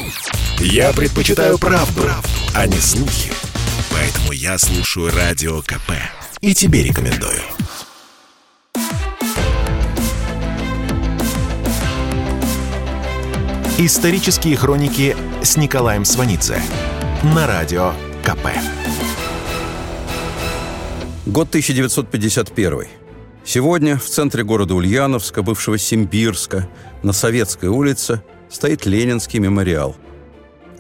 Я предпочитаю правду, а не слухи. Поэтому я слушаю Радио КП. И тебе рекомендую. Исторические хроники с Николаем Сванидзе на Радио КП. Год 1951. Сегодня в центре города Ульяновска, бывшего Симбирска, на Советской улице, стоит Ленинский мемориал. В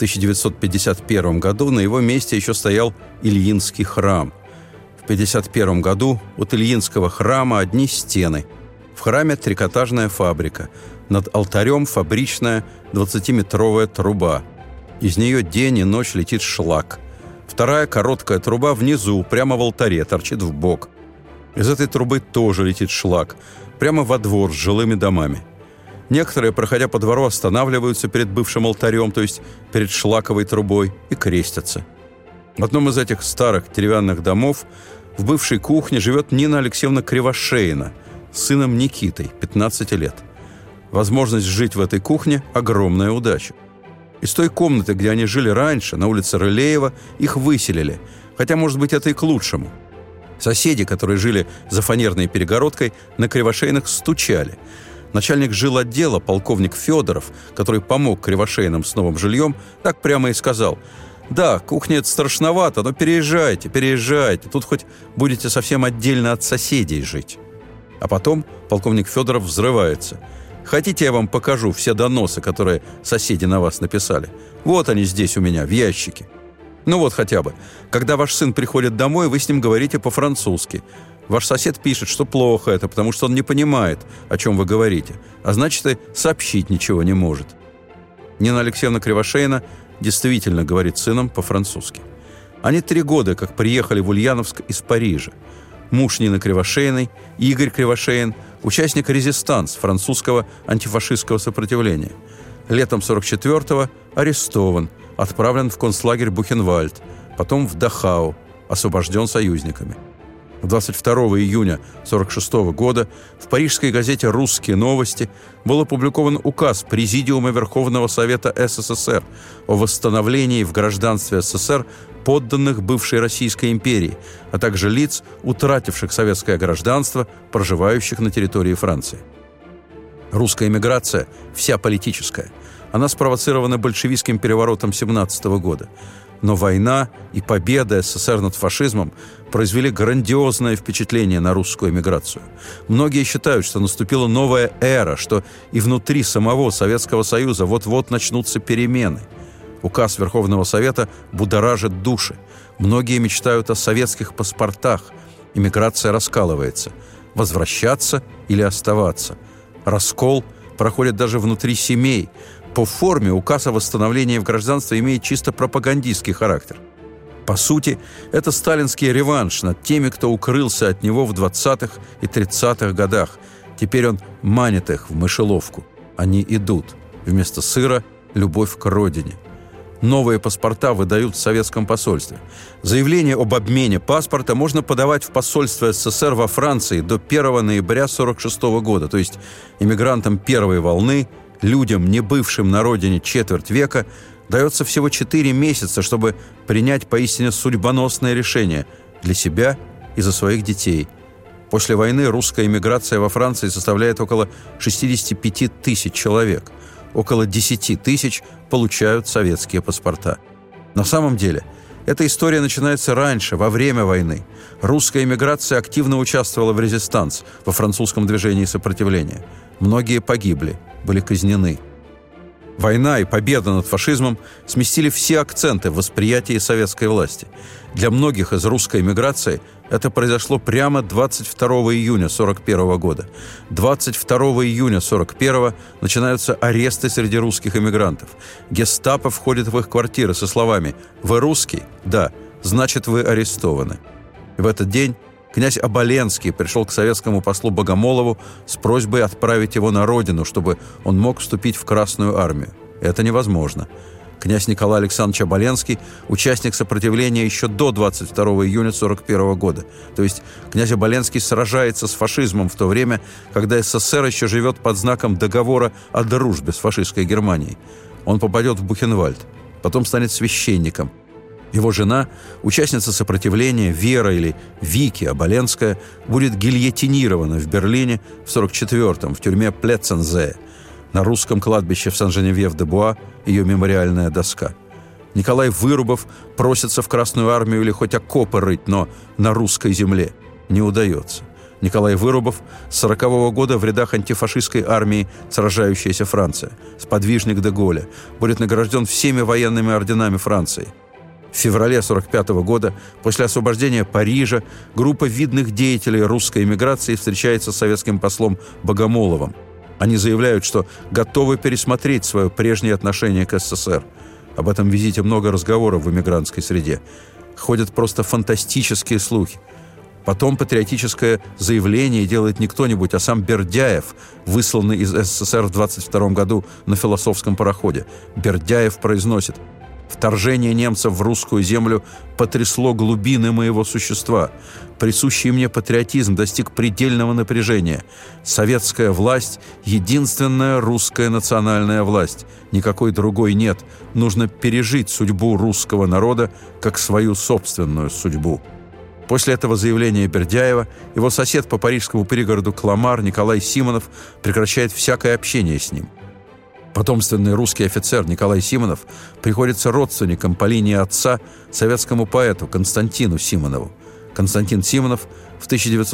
1951 году на его месте еще стоял Ильинский храм. В 1951 году от Ильинского храма одни стены. В храме трикотажная фабрика. Над алтарем фабричная 20-метровая труба. Из нее день и ночь летит шлак. Вторая короткая труба внизу, прямо в алтаре, торчит в бок. Из этой трубы тоже летит шлак, прямо во двор с жилыми домами. Некоторые, проходя по двору, останавливаются перед бывшим алтарем, то есть перед шлаковой трубой, и крестятся. В одном из этих старых деревянных домов в бывшей кухне живет Нина Алексеевна Кривошеина с сыном Никитой, 15 лет. Возможность жить в этой кухне – огромная удача. Из той комнаты, где они жили раньше, на улице Рылеева, их выселили, хотя, может быть, это и к лучшему. Соседи, которые жили за фанерной перегородкой, на Кривошеиных стучали. Начальник жилотдела, полковник Федоров, который помог Кривошеиным с новым жильем, так прямо и сказал: «Да, кухня – это страшновато, но переезжайте, тут хоть будете совсем отдельно от соседей жить». А потом полковник Федоров взрывается: «Хотите, я вам покажу все доносы, которые соседи на вас написали? Вот они здесь у меня, в ящике». Ну вот хотя бы. Когда ваш сын приходит домой, вы с ним говорите по-французски. Ваш сосед пишет, что плохо это, потому что он не понимает, о чем вы говорите, а значит, и сообщить ничего не может. Нина Алексеевна Кривошеина действительно говорит с сыном по-французски. Они 3 года как приехали в Ульяновск из Парижа. Муж Нины Кривошеиной, Игорь Кривошеин, участник резистанс французского антифашистского сопротивления. Летом 1944-го арестован, отправлен в концлагерь Бухенвальд, потом в Дахау, освобожден союзниками. 22 июня 1946 года в парижской газете «Русские новости» был опубликован указ Президиума Верховного Совета СССР о восстановлении в гражданстве СССР подданных бывшей Российской империи, а также лиц, утративших советское гражданство, проживающих на территории Франции. Русская эмиграция, вся политическая, она спровоцирована большевистским переворотом 1917 года. Но война и победа СССР над фашизмом произвели грандиозное впечатление на русскую эмиграцию. Многие считают, что наступила новая эра, что и внутри самого Советского Союза вот-вот начнутся перемены. Указ Верховного Совета будоражит души. Многие мечтают о советских паспортах. Эмиграция раскалывается. Возвращаться или оставаться? Раскол проходит даже внутри семей. По форме указ о восстановлении в гражданстве имеет чисто пропагандистский характер. По сути, это сталинский реванш над теми, кто укрылся от него в 20-х и 30-х годах. Теперь он манит их в мышеловку. Они идут. Вместо сыра – любовь к родине. Новые паспорта выдают в советском посольстве. Заявление об обмене паспорта можно подавать в посольство СССР во Франции до 1 ноября 1946 года, то есть иммигрантам первой волны, людям, не бывшим на родине четверть века, дается всего 4 месяца, чтобы принять поистине судьбоносное решение для себя и за своих детей. После войны русская эмиграция во Франции составляет около 65 тысяч человек. Около 10 тысяч получают советские паспорта. На самом деле, эта история начинается раньше, во время войны. Русская эмиграция активно участвовала в резистанс, во французском движении сопротивления. Многие погибли, были казнены. Война и победа над фашизмом сместили все акценты в восприятии советской власти. Для многих из русской эмиграции это произошло прямо 22 июня 1941 года. 22 июня 1941 начинаются аресты среди русских эмигрантов. Гестапо входит в их квартиры со словами «Вы русский? Да, значит, вы арестованы». В этот день князь Оболенский пришел к советскому послу Богомолову с просьбой отправить его на родину, чтобы он мог вступить в Красную армию. Это невозможно. Князь Николай Александрович Оболенский – участник сопротивления еще до 22 июня 1941 года. То есть князь Оболенский сражается с фашизмом в то время, когда СССР еще живет под знаком договора о дружбе с фашистской Германией. Он попадет в Бухенвальд, потом станет священником. Его жена, участница сопротивления Вера или Вики Оболенская, будет гильотинирована в Берлине в 1944-м в тюрьме Плетцензее. На русском кладбище в Сен-Женевьев-де-Буа ее мемориальная доска. Николай Вырубов просится в Красную армию или хоть окопы рыть, но на русской земле. Не удается. Николай Вырубов с 1940 года в рядах антифашистской армии «Сражающаяся Франция», сподвижник де Голля, будет награжден всеми военными орденами Франции. В феврале 1945 года, после освобождения Парижа, группа видных деятелей русской эмиграции встречается с советским послом Богомоловым. Они заявляют, что готовы пересмотреть свое прежнее отношение к СССР. Об этом визите много разговоров в эмигрантской среде. Ходят просто фантастические слухи. Потом патриотическое заявление делает не кто-нибудь, а сам Бердяев, высланный из СССР в 1922 году на философском пароходе. Бердяев произносит: «Вторжение немцев в русскую землю потрясло глубины моего существа. Присущий мне патриотизм достиг предельного напряжения. Советская власть – единственная русская национальная власть. Никакой другой нет. Нужно пережить судьбу русского народа как свою собственную судьбу». После этого заявления Бердяева его сосед по парижскому пригороду Кламар Николай Симонов прекращает всякое общение с ним. Потомственный русский офицер Николай Симонов приходится родственником по линии отца советскому поэту Константину Симонову. Константин Симонов в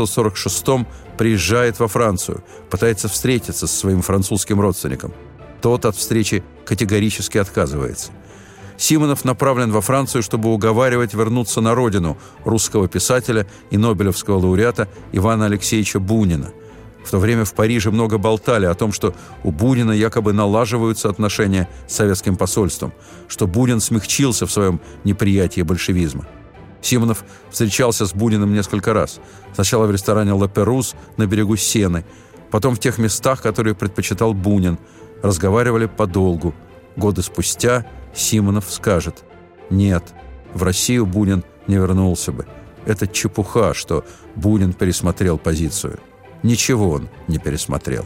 1946-м приезжает во Францию, пытается встретиться со своим французским родственником. Тот от встречи категорически отказывается. Симонов направлен во Францию, чтобы уговаривать вернуться на родину русского писателя и нобелевского лауреата Ивана Алексеевича Бунина. В то время в Париже много болтали о том, что у Бунина якобы налаживаются отношения с советским посольством, что Бунин смягчился в своем неприятии большевизма. Симонов встречался с Буниным несколько раз. Сначала в ресторане «Ла Перуз» на берегу Сены, потом в тех местах, которые предпочитал Бунин. Разговаривали подолгу. Годы спустя Симонов скажет: «Нет, в Россию Бунин не вернулся бы. Это чепуха, что Бунин пересмотрел позицию». Ничего он не пересмотрел.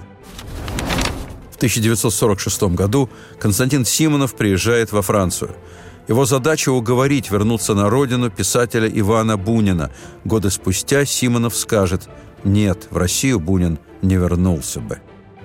В 1946 году Константин Симонов приезжает во Францию. Его задача уговорить вернуться на родину писателя Ивана Бунина. Годы спустя Симонов скажет: «Нет, в Россию Бунин не вернулся бы».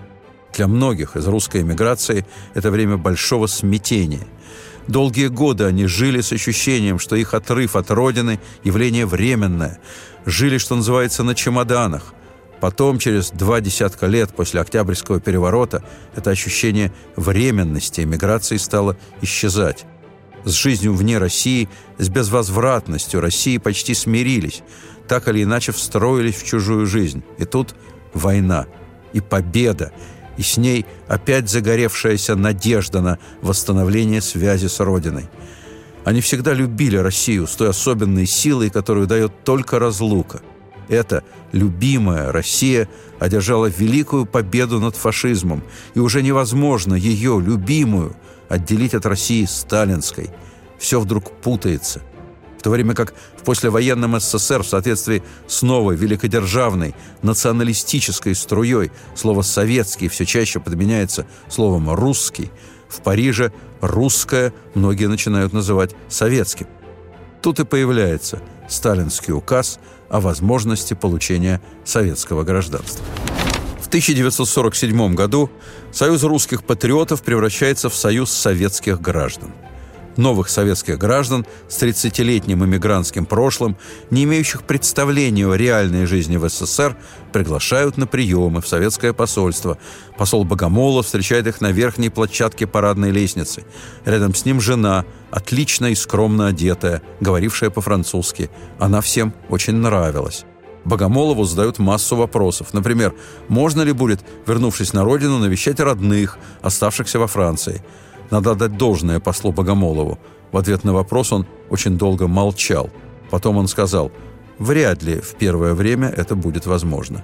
Для многих из русской эмиграции это время большого смятения. Долгие годы они жили с ощущением, что их отрыв от родины – явление временное. Жили, что называется, на чемоданах. Потом, через 20 лет после Октябрьского переворота, это ощущение временности эмиграции стало исчезать. С жизнью вне России, с безвозвратностью России почти смирились, так или иначе встроились в чужую жизнь. И тут война, и победа, и с ней опять загоревшаяся надежда на восстановление связи с Родиной. Они всегда любили Россию с той особенной силой, которую дает только разлука. Эта любимая Россия одержала великую победу над фашизмом, и уже невозможно ее, любимую, отделить от России сталинской. Все вдруг путается. В то время как в послевоенном СССР в соответствии с новой великодержавной националистической струей слово «советский» все чаще подменяется словом «русский», в Париже «русское» многие начинают называть «советским». Тут и появляется сталинский указ о возможности получения советского гражданства. В 1947 году Союз русских патриотов превращается в Союз советских граждан. Новых советских граждан с 30-летним эмигрантским прошлым, не имеющих представления о реальной жизни в СССР, приглашают на приемы в советское посольство. Посол Богомолов встречает их на верхней площадке парадной лестницы. Рядом с ним жена, отлично и скромно одетая, говорившая по-французски. Она всем очень нравилась. Богомолову задают массу вопросов. Например, можно ли будет, вернувшись на родину, навещать родных, оставшихся во Франции? Надо отдать должное послу Богомолову. В ответ на вопрос он очень долго молчал. Потом он сказал: «Вряд ли в первое время это будет возможно».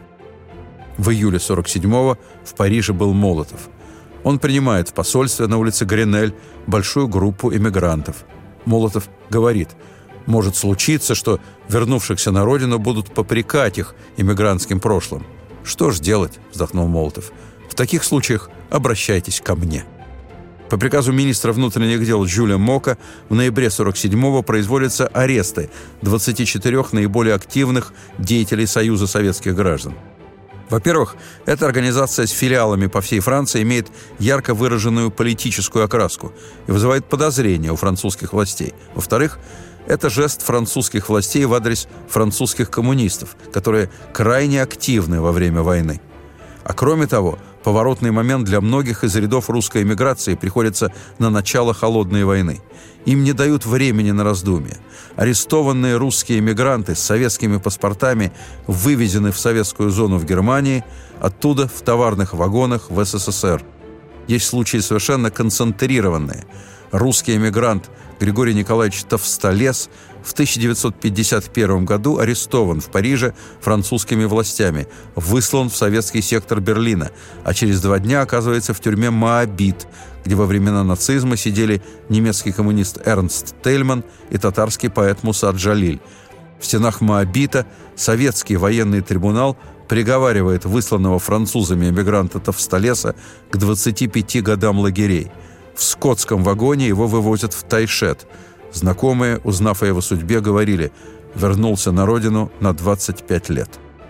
В июле 1947-го в Париже был Молотов. Он принимает в посольстве на улице Гренель большую группу эмигрантов. Молотов говорит: «Может случиться, что вернувшихся на родину будут попрекать их эмигрантским прошлым». «Что ж делать?» – вздохнул Молотов. «В таких случаях обращайтесь ко мне». По приказу министра внутренних дел Жюля Мока в ноябре 1947-го производятся аресты 24 наиболее активных деятелей Союза советских граждан. Во-первых, эта организация с филиалами по всей Франции имеет ярко выраженную политическую окраску и вызывает подозрения у французских властей. Во-вторых, это жест французских властей в адрес французских коммунистов, которые крайне активны во время войны. А кроме того, поворотный момент для многих из рядов русской эмиграции приходится на начало Холодной войны. Им не дают времени на раздумья. Арестованные русские эмигранты с советскими паспортами вывезены в советскую зону в Германии, оттуда в товарных вагонах в СССР. Есть случаи совершенно концентрированные. Русский эмигрант Григорий Николаевич Товстолес в 1951 году арестован в Париже французскими властями, выслан в советский сектор Берлина, а через 2 дня оказывается в тюрьме Моабит, где во времена нацизма сидели немецкий коммунист Эрнст Тельман и татарский поэт Муса Джалиль. В стенах Моабита советский военный трибунал приговаривает высланного французами эмигранта Товстолеса к 25 годам лагерей. В скотском вагоне его вывозят в Тайшет. Знакомые, узнав о его судьбе, говорили: вернулся на родину на 25 лет.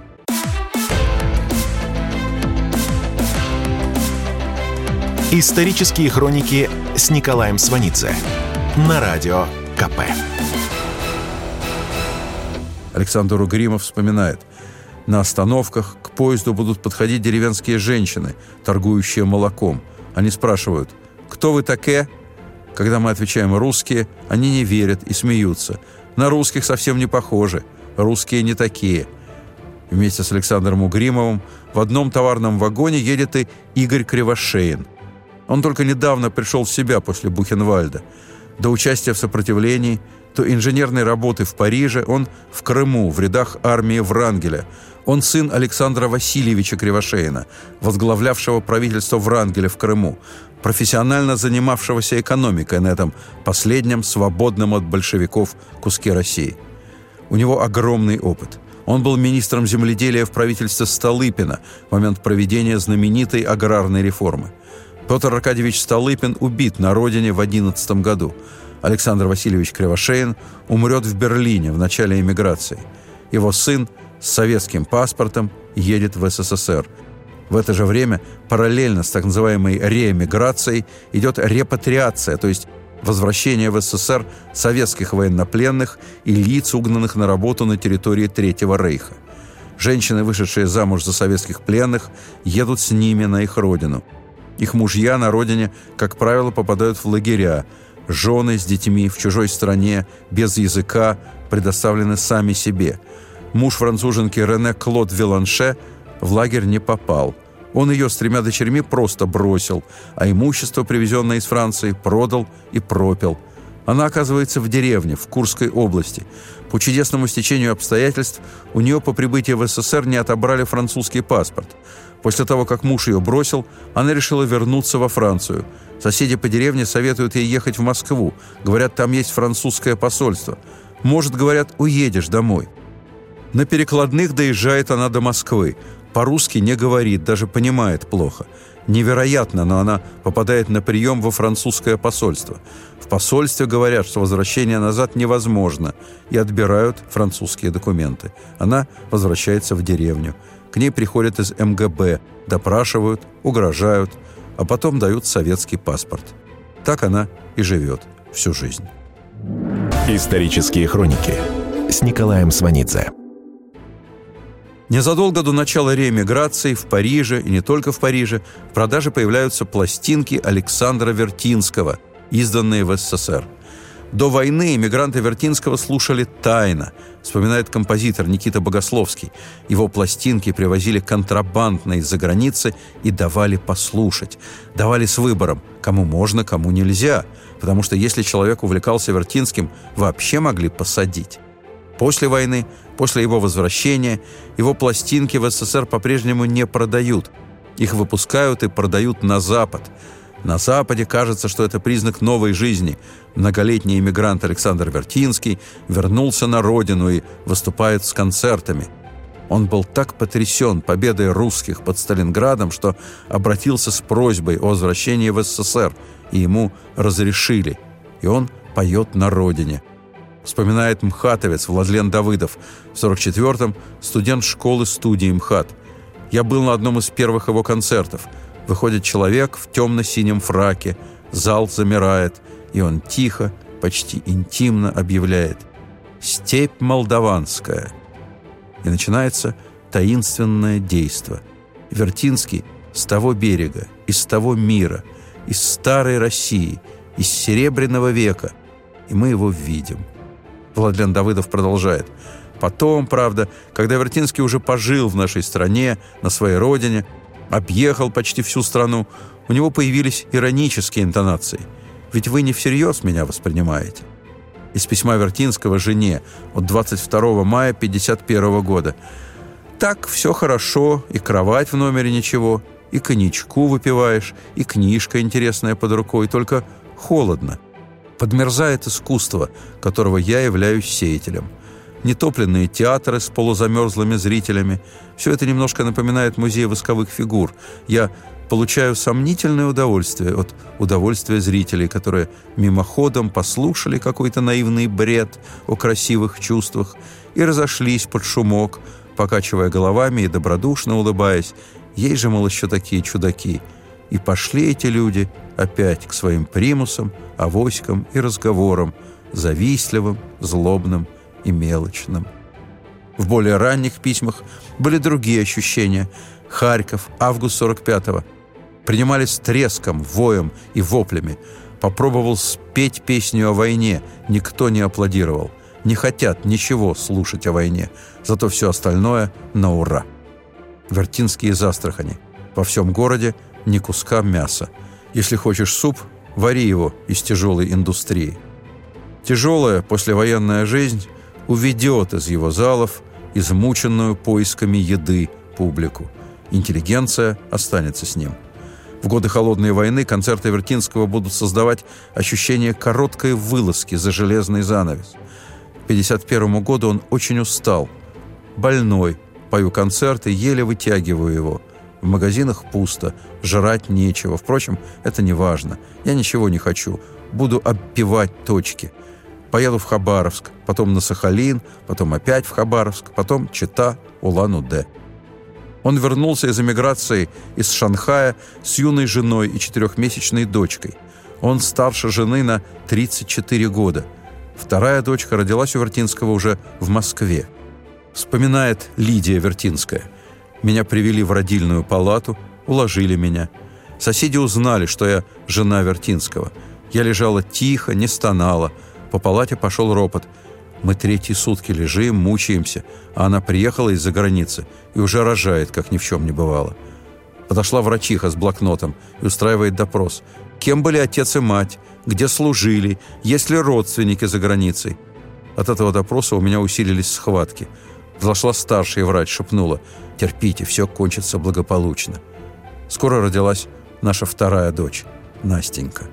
Исторические хроники с Николаем Сванидзе на Радио КП. Александр Угримов вспоминает: на остановках к поезду будут подходить деревенские женщины, торгующие молоком. Они спрашивают: «Кто вы таке?» Когда мы отвечаем «русские», они не верят и смеются. На русских совсем не похожи. Русские не такие. Вместе с Александром Угримовым в одном товарном вагоне едет и Игорь Кривошеин. Он только недавно пришел в себя после Бухенвальда. До участия в сопротивлении, до инженерной работы в Париже он в Крыму, в рядах армии Врангеля. Он сын Александра Васильевича Кривошеина, возглавлявшего правительство Врангеля в Крыму, профессионально занимавшегося экономикой на этом последнем свободном от большевиков куске России. У него огромный опыт. Он был министром земледелия в правительстве Столыпина в момент проведения знаменитой аграрной реформы. Петр Аркадьевич Столыпин убит на родине в 11 году. Александр Васильевич Кривошеин умрет в Берлине в начале эмиграции. Его сын с советским паспортом едет в СССР. В это же время параллельно с так называемой реэмиграцией идет репатриация, то есть возвращение в СССР советских военнопленных и лиц, угнанных на работу на территории Третьего Рейха. Женщины, вышедшие замуж за советских пленных, едут с ними на их родину. Их мужья на родине, как правило, попадают в лагеря. Жены с детьми в чужой стране, без языка, предоставлены сами себе. Муж француженки Рене Клод Виланше в лагерь не попал. Он ее с 3 дочерьми просто бросил, а имущество, привезенное из Франции, продал и пропил. Она оказывается в деревне, в Курской области. По чудесному стечению обстоятельств у нее по прибытии в СССР не отобрали французский паспорт. После того, как муж ее бросил, она решила вернуться во Францию. Соседи по деревне советуют ей ехать в Москву. Говорят, там есть французское посольство. Может, говорят, уедешь домой. На перекладных доезжает она до Москвы. По-русски не говорит, даже понимает плохо. Невероятно, но она попадает на прием во французское посольство. В посольстве говорят, что возвращение назад невозможно, и отбирают французские документы. Она возвращается в деревню. К ней приходят из МГБ, допрашивают, угрожают, а потом дают советский паспорт. Так она и живет всю жизнь. Исторические хроники с Николаем Сванидзе. Незадолго до начала реэмиграции в Париже, и не только в Париже, в продаже появляются пластинки Александра Вертинского, изданные в СССР. До войны эмигранты Вертинского слушали тайно, вспоминает композитор Никита Богословский. Его пластинки привозили контрабандно из-за границы и давали послушать. Давали с выбором, кому можно, кому нельзя, потому что если человек увлекался Вертинским, вообще могли посадить. После войны, после его возвращения, его пластинки в СССР по-прежнему не продают. Их выпускают и продают на Запад. На Западе кажется, что это признак новой жизни. Многолетний эмигрант Александр Вертинский вернулся на родину и выступает с концертами. Он был так потрясен победой русских под Сталинградом, что обратился с просьбой о возвращении в СССР и ему разрешили, и он поет на родине. Вспоминает мхатовец Владлен Давыдов, в 1944-м студент школы-студии МХАТ. «Я был на одном из первых его концертов. Выходит человек в темно-синем фраке, зал замирает, и он тихо, почти интимно объявляет: «Степь молдаванская». И начинается таинственное действо. Вертинский с того берега, из того мира, из старой России, из Серебряного века, и мы его видим. Владлен Давыдов продолжает: «Потом, правда, когда Вертинский уже пожил в нашей стране, на своей родине, объехал почти всю страну, у него появились иронические интонации. Ведь вы не всерьез меня воспринимаете». Из письма Вертинского жене от 22 мая 1951 года. «Так все хорошо, и кровать в номере ничего, и коньячку выпиваешь, и книжка интересная под рукой, только холодно. Подмерзает искусство, которого я являюсь сеятелем. Нетопленные театры с полузамерзлыми зрителями. Все это немножко напоминает музей восковых фигур. Я получаю сомнительное удовольствие от удовольствия зрителей, которые мимоходом послушали какой-то наивный бред о красивых чувствах и разошлись под шумок, покачивая головами и добродушно улыбаясь. Есть же, мол, еще такие чудаки. И пошли эти люди опять к своим примусам, авоськам и разговорам, завистливым, злобным и мелочным». В более ранних письмах были другие ощущения. Харьков, август 45-го. Принимали с треском, воем и воплями. Попробовал спеть песню о войне. Никто не аплодировал. Не хотят ничего слушать о войне. Зато все остальное на ура. Вертинский из Астрахани. Во всем городе ни куска мяса. Если хочешь суп, вари его из тяжелой индустрии. Тяжелая послевоенная жизнь уведет из его залов измученную поисками еды публику. Интеллигенция останется с ним. В годы Холодной войны концерты Вертинского будут создавать ощущение короткой вылазки за железный занавес. К 1951 году он очень устал. Больной, пою концерты, еле вытягиваю его. В магазинах пусто, жрать нечего. Впрочем, это не важно. Я ничего не хочу. Буду обпевать точки. Поеду в Хабаровск, потом на Сахалин, потом опять в Хабаровск, потом Чита, Улан-Удэ. Он вернулся из эмиграции из Шанхая с юной женой и 4-месячной дочкой. Он старше жены на 34 года. Вторая дочка родилась у Вертинского уже в Москве. Вспоминает Лидия Вертинская. «Меня привели в родильную палату, уложили меня. Соседи узнали, что я жена Вертинского. Я лежала тихо, не стонала. По палате пошел ропот. Мы 3-й сутки лежим, мучаемся, а она приехала из-за границы и уже рожает, как ни в чем не бывало». Подошла врачиха с блокнотом и устраивает допрос. Кем были отец и мать? Где служили? Есть ли родственники за границей? От этого допроса у меня усилились схватки. Зашла старший врач, шепнула: «Терпите, все кончится благополучно». Скоро родилась наша вторая дочь, Настенька.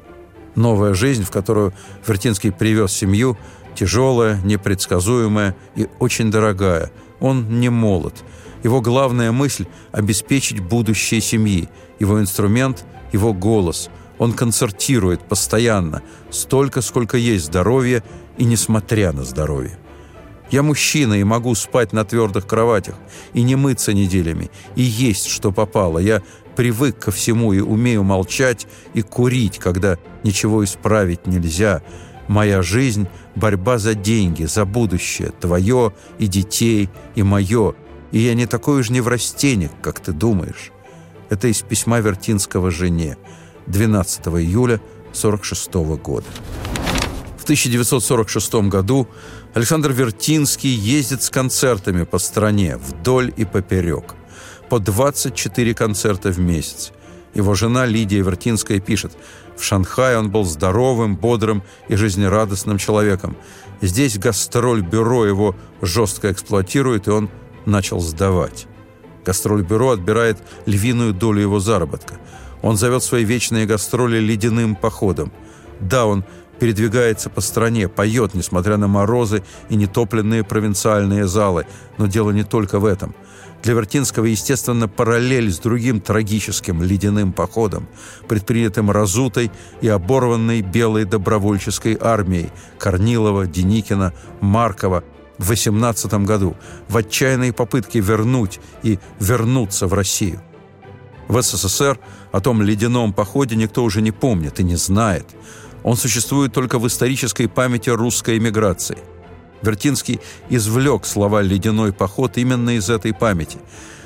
Новая жизнь, в которую Вертинский привез семью, тяжелая, непредсказуемая и очень дорогая. Он не молод. Его главная мысль – обеспечить будущее семьи. Его инструмент – его голос. Он концертирует постоянно, столько, сколько есть здоровье, и несмотря на здоровье. «Я мужчина и могу спать на твердых кроватях, и не мыться неделями, и есть, что попало. Я привык ко всему и умею молчать и курить, когда ничего исправить нельзя. Моя жизнь – борьба за деньги, за будущее, твое и детей, и мое. И я не такой уж неврастенник, как ты думаешь». Это из письма Вертинского жене 12 июля 1946 года. В 1946 году Александр Вертинский ездит с концертами по стране вдоль и поперек. По 24 концерта в месяц. Его жена Лидия Вертинская пишет: «В Шанхае он был здоровым, бодрым и жизнерадостным человеком. Здесь гастроль-бюро его жестко эксплуатирует, и он начал сдавать. Гастроль-бюро отбирает львиную долю его заработка. Он зовет свои вечные гастроли ледяным походом. Да, он передвигается по стране, поет, несмотря на морозы и нетопленные провинциальные залы. Но дело не только в этом. Для Вертинского, естественно, параллель с другим трагическим ледяным походом, предпринятым разутой и оборванной белой добровольческой армией Корнилова, Деникина, Маркова в 18 году в отчаянной попытке вернуть и вернуться в Россию. В СССР о том ледяном походе никто уже не помнит и не знает. Он существует только в исторической памяти русской эмиграции. Вертинский извлек слова «ледяной поход» именно из этой памяти.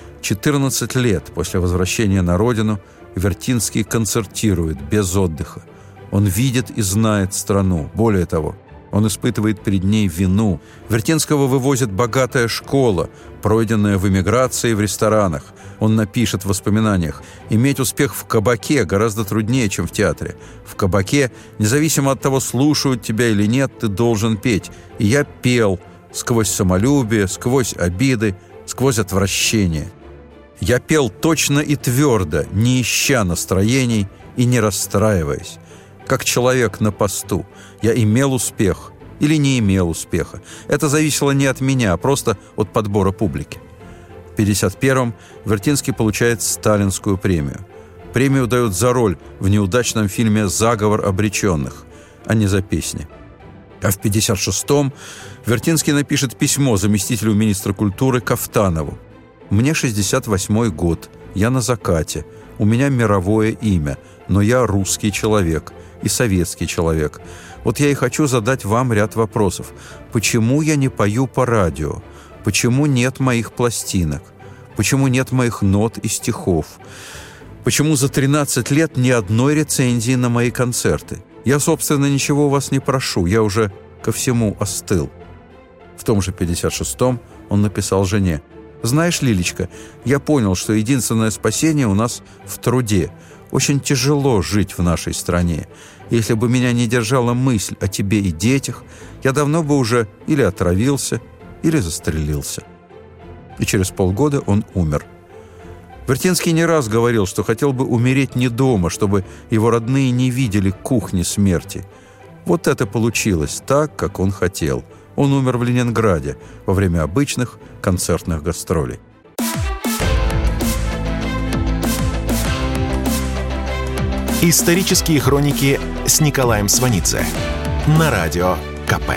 14 лет после возвращения на родину Вертинский концертирует без отдыха. Он видит и знает страну. Более того, он испытывает перед ней вину. Вертинского вывозит богатая школа, пройденная в эмиграции в ресторанах. Он напишет в воспоминаниях: «Иметь успех в кабаке гораздо труднее, чем в театре. В кабаке, независимо от того, слушают тебя или нет, ты должен петь. И я пел сквозь самолюбие, сквозь обиды, сквозь отвращение. Я пел точно и твердо, не ища настроений и не расстраиваясь. Как человек на посту. Я имел успех или не имел успеха. Это зависело не от меня, а просто от подбора публики». В 1951-м Вертинский получает Сталинскую премию. Премию дают за роль в неудачном фильме «Заговор обреченных», а не за песни. А в 1956-м Вертинский напишет письмо заместителю министра культуры Кафтанову. «Мне 68-й год, я на закате, у меня мировое имя, но я русский человек и советский человек. Вот я и хочу задать вам ряд вопросов. Почему я не пою по радио? Почему нет моих пластинок? Почему нет моих нот и стихов? Почему за 13 лет ни одной рецензии на мои концерты? Я, собственно, ничего у вас не прошу, я уже ко всему остыл». В том же 1956-м он написал жене: «Знаешь, Лилечка, я понял, что единственное спасение у нас в труде. Очень тяжело жить в нашей стране. Если бы меня не держала мысль о тебе и детях, я давно бы уже или отравился, или застрелился». И через полгода он умер. Вертинский не раз говорил, что хотел бы умереть не дома, чтобы его родные не видели кухни смерти. Вот это получилось так, как он хотел. Он умер в Ленинграде во время обычных концертных гастролей. Исторические хроники с Николаем Сванидзе на Радио КП.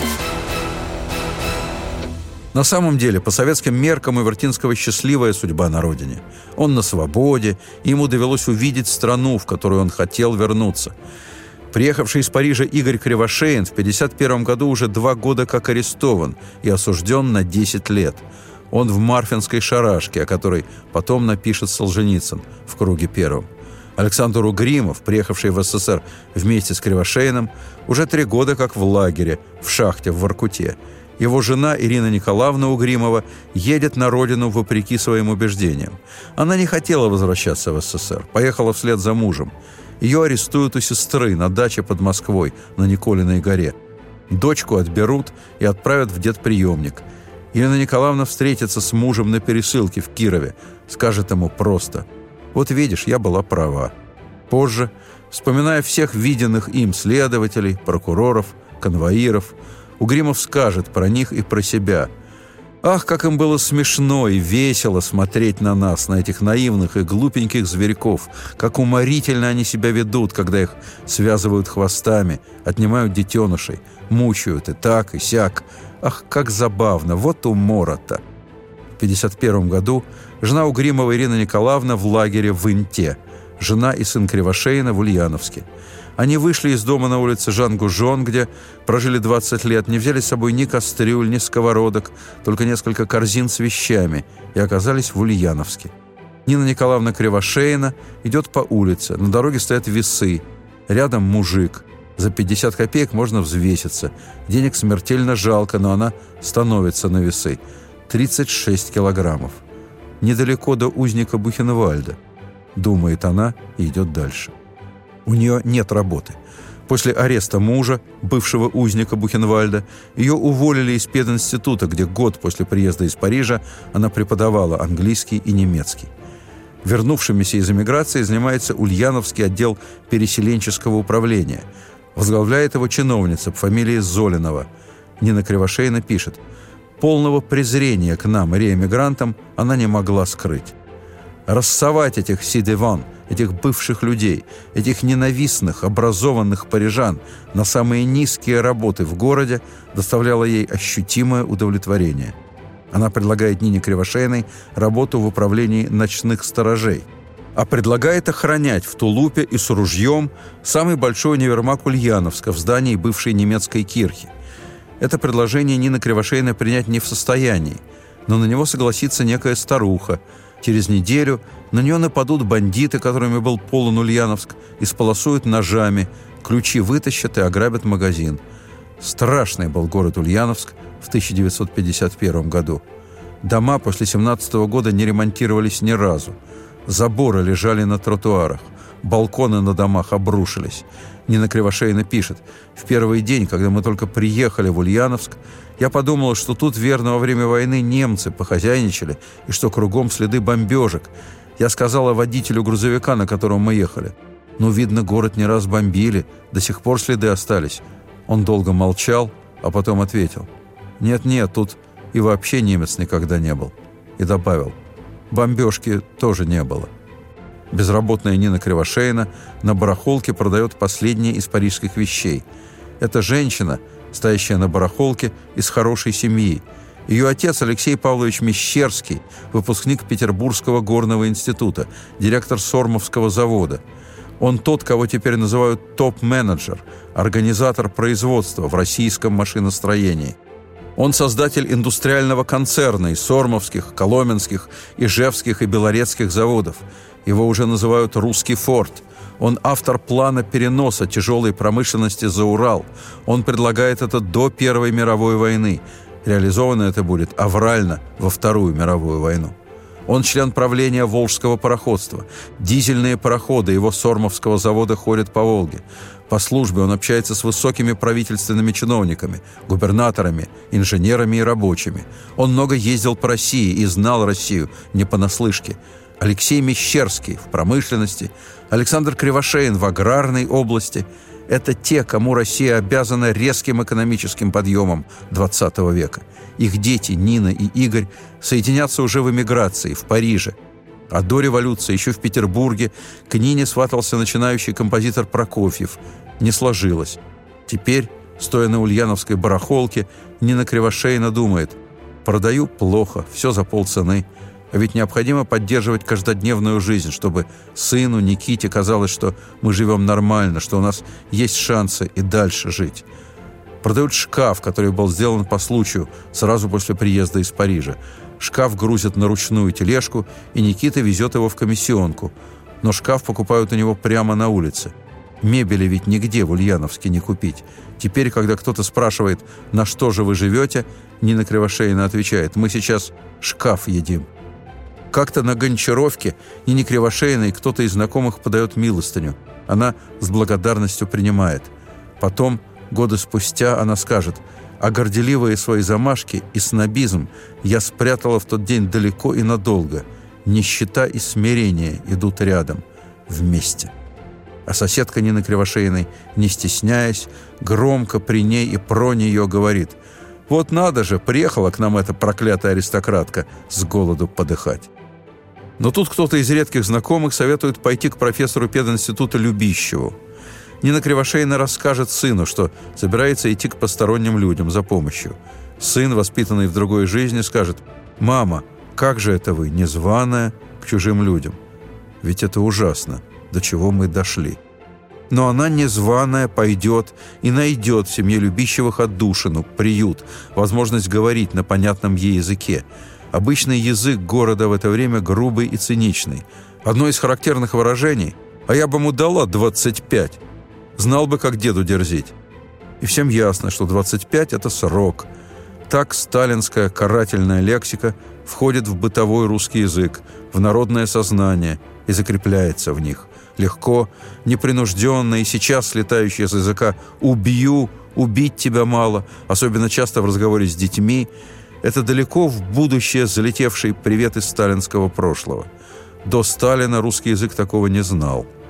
На самом деле, по советским меркам у Вертинского счастливая судьба на родине. Он на свободе, и ему довелось увидеть страну, в которую он хотел вернуться. Приехавший из Парижа Игорь Кривошеин в 1951 году уже 2 года как арестован и осужден на 10 лет. Он в Марфинской шарашке, о которой потом напишет Солженицын в «Круге первом». Александр Угримов, приехавший в СССР вместе с Кривошеиным, уже 3 года как в лагере, в шахте в Воркуте. Его жена Ирина Николаевна Угримова едет на родину вопреки своим убеждениям. Она не хотела возвращаться в СССР, поехала вслед за мужем. Ее арестуют у сестры на даче под Москвой на Николиной горе. Дочку отберут и отправят в детприемник. Ирина Николаевна встретится с мужем на пересылке в Кирове, скажет ему просто: «Вот видишь, я была права». Позже, вспоминая всех виденных им следователей, прокуроров, конвоиров, Угримов скажет про них и про себя: «Ах, как им было смешно и весело смотреть на нас, на этих наивных и глупеньких зверьков, как уморительно они себя ведут, когда их связывают хвостами, отнимают детенышей, мучают и так, и сяк. Ах, как забавно, вот умора-то». В 1951 году жена Угримова Ирина Николаевна в лагере в Инте, жена и сын Кривошеина в Ульяновске. Они вышли из дома на улице Жан-Гужон, где прожили 20 лет, не взяли с собой ни кастрюль, ни сковородок, только несколько корзин с вещами, и оказались в Ульяновске. Нина Николаевна Кривошеина идет по улице, на дороге стоят весы, рядом мужик. За 50 копеек можно взвеситься. Денег смертельно жалко, но она становится на весы. 36 килограммов. Недалеко до узника Бухенвальда. Думает она и идет дальше. У нее нет работы. После ареста мужа, бывшего узника Бухенвальда, ее уволили из пединститута, где год после приезда из Парижа она преподавала английский и немецкий. Вернувшимися из эмиграции занимается Ульяновский отдел переселенческого управления. Возглавляет его чиновница по фамилии Золинова. Нина Кривошеина пишет: «Полного презрения к нам, реэмигрантам, она не могла скрыть. Рассовать этих си-де-ван, этих бывших людей, этих ненавистных, образованных парижан на самые низкие работы в городе доставляло ей ощутимое удовлетворение». Она предлагает Нине Кривошеиной работу в управлении ночных сторожей, а предлагает охранять в тулупе и с ружьем самый большой универмаг Ульяновска в здании бывшей немецкой кирхи. Это предложение Нина Кривошеина принять не в состоянии, но на него согласится некая старуха. Через неделю на нее нападут бандиты, которыми был полон Ульяновск, исполосуют ножами, ключи вытащат и ограбят магазин. Страшный был город Ульяновск в 1951 году. Дома после 1917 года не ремонтировались ни разу. Заборы лежали на тротуарах, балконы на домах обрушились. Нина Кривошеина пишет: «В первый день, когда мы только приехали в Ульяновск, я подумала, что тут, верно, во время войны немцы похозяйничали и что кругом следы бомбежек. Я сказала водителю грузовика, на котором мы ехали: ну, видно, город не раз бомбили, до сих пор следы остались». Он долго молчал, а потом ответил: «Нет-нет, тут и вообще немец никогда не был». И добавил: «Бомбежки тоже не было». Безработная Нина Кривошеина на барахолке продает последние из парижских вещей. Это женщина, стоящая на барахолке, из хорошей семьи. Ее отец Алексей Павлович Мещерский, выпускник Петербургского горного института, директор Сормовского завода. Он тот, кого теперь называют топ-менеджер, организатор производства в российском машиностроении. Он создатель индустриального концерна из Сормовских, Коломенских, Ижевских и Белорецких заводов. Его уже называют «Русский Форд». Он автор плана переноса тяжелой промышленности за Урал. Он предлагает это до Первой мировой войны. Реализовано это будет аврально во Вторую мировую войну. Он член правления Волжского пароходства. Дизельные пароходы его Сормовского завода ходят по Волге. По службе он общается с высокими правительственными чиновниками, губернаторами, инженерами и рабочими. Он много ездил по России и знал Россию не понаслышке. Алексей Мещерский в промышленности, Александр Кривошеин в аграрной области – это те, кому Россия обязана резким экономическим подъемом XX века. Их дети, Нина и Игорь, соединятся уже в эмиграции, в Париже. А до революции еще в Петербурге к Нине сватался начинающий композитор Прокофьев. Не сложилось. Теперь, стоя на ульяновской барахолке, Нина Кривошеина думает: «Продаю плохо, все за полцены. А ведь необходимо поддерживать каждодневную жизнь, чтобы сыну, Никите казалось, что мы живем нормально, что у нас есть шансы и дальше жить». Продают шкаф, который был сделан по случаю, сразу после приезда из Парижа. Шкаф грузят на ручную тележку, и Никита везет его в комиссионку. Но шкаф покупают у него прямо на улице. Мебели ведь нигде в Ульяновске не купить. Теперь, когда кто-то спрашивает: «На что же вы живете?», Нина Кривошеина отвечает: «Мы сейчас шкаф едим». Как-то на Гончаровке Нине Кривошеиной кто-то из знакомых подает милостыню. Она с благодарностью принимает. Потом, годы спустя, она скажет: «А горделивые свои замашки и снобизм я спрятала в тот день далеко и надолго. Нищета и смирение идут рядом, вместе». А соседка Нины Кривошеиной, не стесняясь, громко при ней и про нее говорит: «Вот надо же, приехала к нам эта проклятая аристократка с голоду подыхать». Но тут кто-то из редких знакомых советует пойти к профессору пединститута Любищеву. Нина Кривошеина расскажет сыну, что собирается идти к посторонним людям за помощью. Сын, воспитанный в другой жизни, скажет: «Мама, как же это вы, незваная, к чужим людям? Ведь это ужасно, до чего мы дошли». Но она, незваная, пойдет и найдет в семье Любищевых отдушину, приют, возможность говорить на понятном ей языке. Обычный язык города в это время грубый и циничный. Одно из характерных выражений: «А я бы ему дала 25. Знал бы, как деду дерзить». И всем ясно, что 25 – это срок. Так сталинская карательная лексика входит в бытовой русский язык, в народное сознание и закрепляется в них. Легко, непринужденно и сейчас слетающее с языка «убью», «убить тебя мало», особенно часто в разговоре с детьми – это далеко в будущее залетевший привет из сталинского прошлого. До Сталина русский язык такого не знал.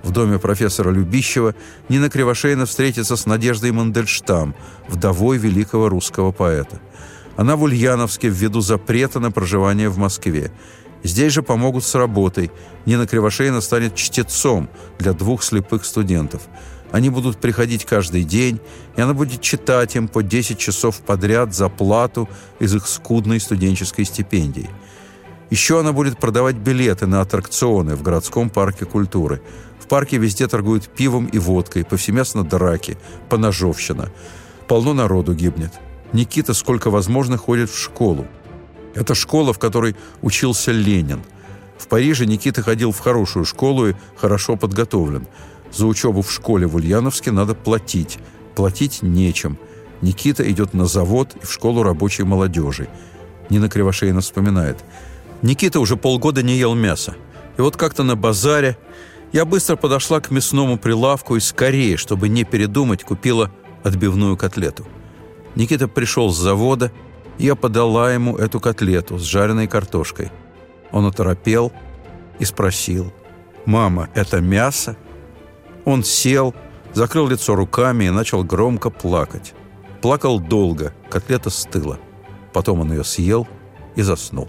В доме профессора Любищева Нина Кривошеина встретится с Надеждой Мандельштам, вдовой великого русского поэта. Она в Ульяновске ввиду запрета на проживание в Москве. Здесь же помогут с работой. Нина Кривошеина станет чтецом для 2 слепых студентов. Они будут приходить каждый день, и она будет читать им по 10 часов подряд за плату из их скудной студенческой стипендии. Еще она будет продавать билеты на аттракционы в городском парке культуры. В парке везде торгуют пивом и водкой, повсеместно драки, поножовщина. Полно народу гибнет. Никита сколько возможно ходит в школу. Это школа, в которой учился Ленин. В Париже Никита ходил в хорошую школу и хорошо подготовлен. За учебу в школе в Ульяновске надо платить. Платить нечем. Никита идет на завод и в школу рабочей молодежи. Нина Кривошеина вспоминает. Никита уже полгода не ел мяса. И вот как-то на базаре я быстро подошла к мясному прилавку и скорее, чтобы не передумать, купила отбивную котлету. Никита пришел с завода, и я подала ему эту котлету с жареной картошкой. Он оторопел и спросил: «Мама, это мясо?» Он сел, закрыл лицо руками и начал громко плакать. Плакал долго, котлета стыла. Потом он ее съел и заснул.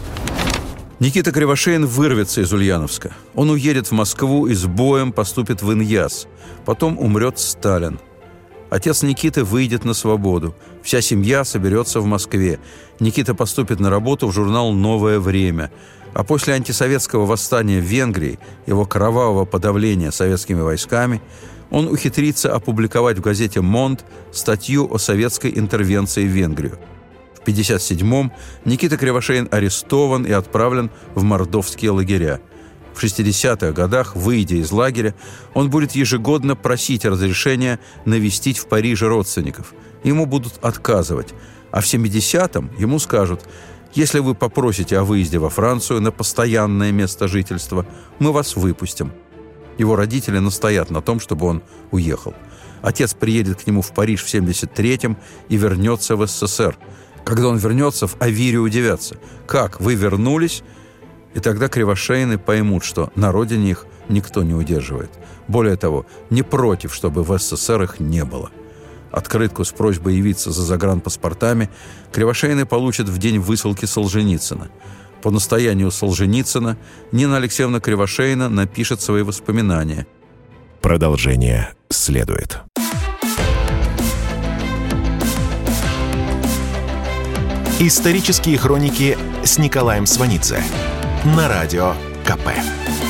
Никита Кривошеин вырвется из Ульяновска. Он уедет в Москву и с боем поступит в Иньяс. Потом умрет Сталин. Отец Никиты выйдет на свободу. Вся семья соберется в Москве. Никита поступит на работу в журнал «Новое время». А после антисоветского восстания в Венгрии, его кровавого подавления советскими войсками, он ухитрится опубликовать в газете «Монт» статью о советской интервенции в Венгрию. В 1957-м Никита Кривошеин арестован и отправлен в мордовские лагеря. В 60-х годах, выйдя из лагеря, он будет ежегодно просить разрешения навестить в Париже родственников. Ему будут отказывать. А в 70-м ему скажут: «Если вы попросите о выезде во Францию на постоянное место жительства, мы вас выпустим». Его родители настоят на том, чтобы он уехал. Отец приедет к нему в Париж в 73-м и вернется в СССР. Когда он вернется, в Авире удивятся: «Как, вы вернулись?» И тогда Кривошеины поймут, что на родине их никто не удерживает. Более того, не против, чтобы в СССР их не было. Открытку с просьбой явиться за загранпаспортами Кривошеины получат в день высылки Солженицына. По настоянию Солженицына Нина Алексеевна Кривошеина напишет свои воспоминания. Продолжение следует. Исторические хроники с Николаем Сванидзе на радио КП.